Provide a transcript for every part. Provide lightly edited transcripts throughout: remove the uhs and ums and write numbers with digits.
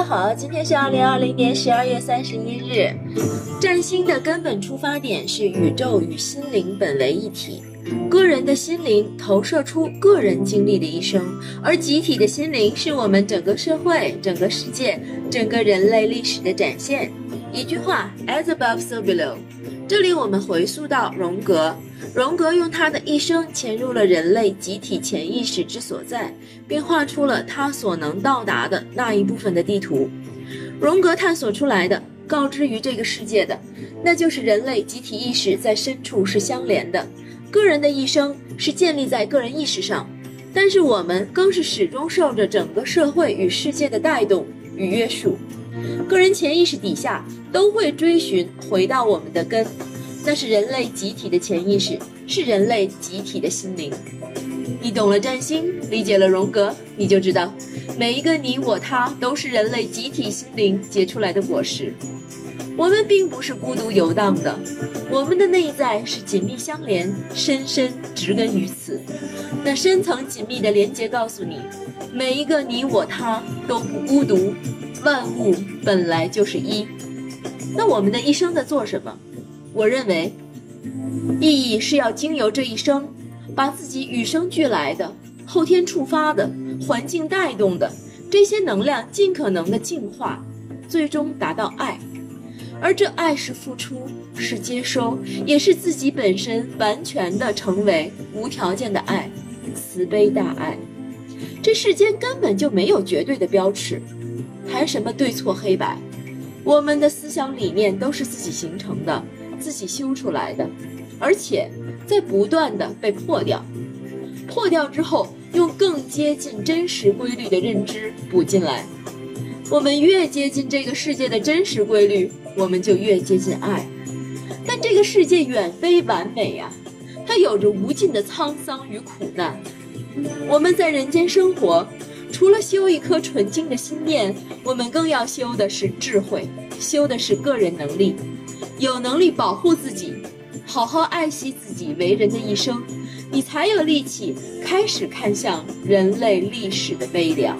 好，今天是2020年12月31日。占星的根本出发点是宇宙与心灵本为一体，个人的心灵投射出个人经历的一生，而集体的心灵是我们整个社会、整个世界、整个人类历史的展现。一句话 ，as above so below。这里我们回溯到荣格，荣格用他的一生潜入了人类集体潜意识之所在，并画出了他所能到达的那一部分的地图。荣格探索出来的，告知于这个世界的，那就是人类集体意识在深处是相连的，个人的一生是建立在个人意识上，但是我们更是始终受着整个社会与世界的带动与约束。个人潜意识底下都会追寻回到我们的根，那是人类集体的潜意识，是人类集体的心灵。你懂了占星，理解了荣格，你就知道每一个你我他都是人类集体心灵结出来的果实。我们并不是孤独游荡的，我们的内在是紧密相连，深深植根于此。那深层紧密的连结告诉你，每一个你我他都不孤独，万物本来就是一。那我们的一生在做什么？我认为意义是要经由这一生，把自己与生俱来的、后天触发的、环境带动的这些能量尽可能的净化，最终达到爱。而这爱是付出，是接收，也是自己本身完全的成为无条件的爱，慈悲大爱。这世间根本就没有绝对的标尺，谈什么对错黑白？我们的思想理念都是自己形成的，自己修出来的，而且在不断的被破掉。破掉之后，用更接近真实规律的认知补进来。我们越接近这个世界的真实规律，我们就越接近爱。但这个世界远非完美呀，它有着无尽的沧桑与苦难。我们在人间生活，除了修一颗纯净的心念，我们更要修的是智慧，修的是个人能力，有能力保护自己，好好爱惜自己为人的一生，你才有力气开始看向人类历史的悲凉。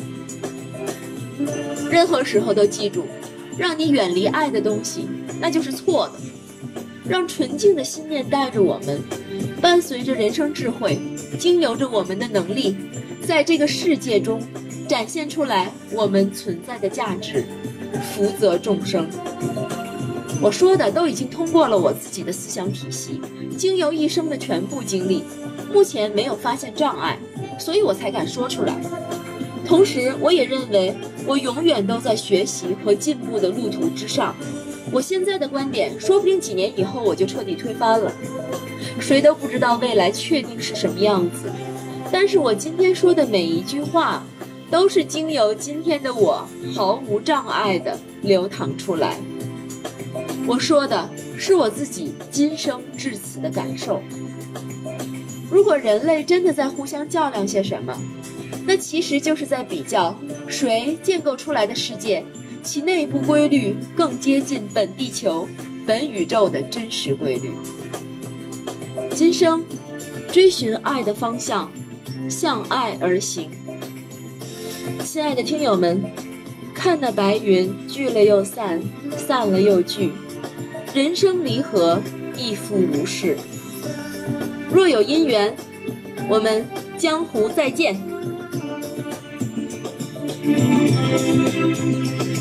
任何时候都记住，让你远离爱的东西，那就是错的。让纯净的心念带着我们，伴随着人生智慧，经由着我们的能力，在这个世界中展现出来我们存在的价值，福泽众生。我说的都已经通过了我自己的思想体系，经由一生的全部经历，目前没有发现障碍，所以我才敢说出来。同时我也认为我永远都在学习和进步的路途之上，我现在的观点说不定几年以后我就彻底推翻了，谁都不知道未来确定是什么样子。但是我今天说的每一句话都是经由今天的我毫无障碍的流淌出来，我说的是我自己今生至此的感受。如果人类真的在互相较量些什么，那其实就是在比较谁建构出来的世界，其内部规律更接近本地球、本宇宙的真实规律。今生追寻爱的方向，向爱而行。亲爱的听友们，看那白云聚了又散，散了又聚，人生离合，亦复如是。若有因缘，我们江湖再见。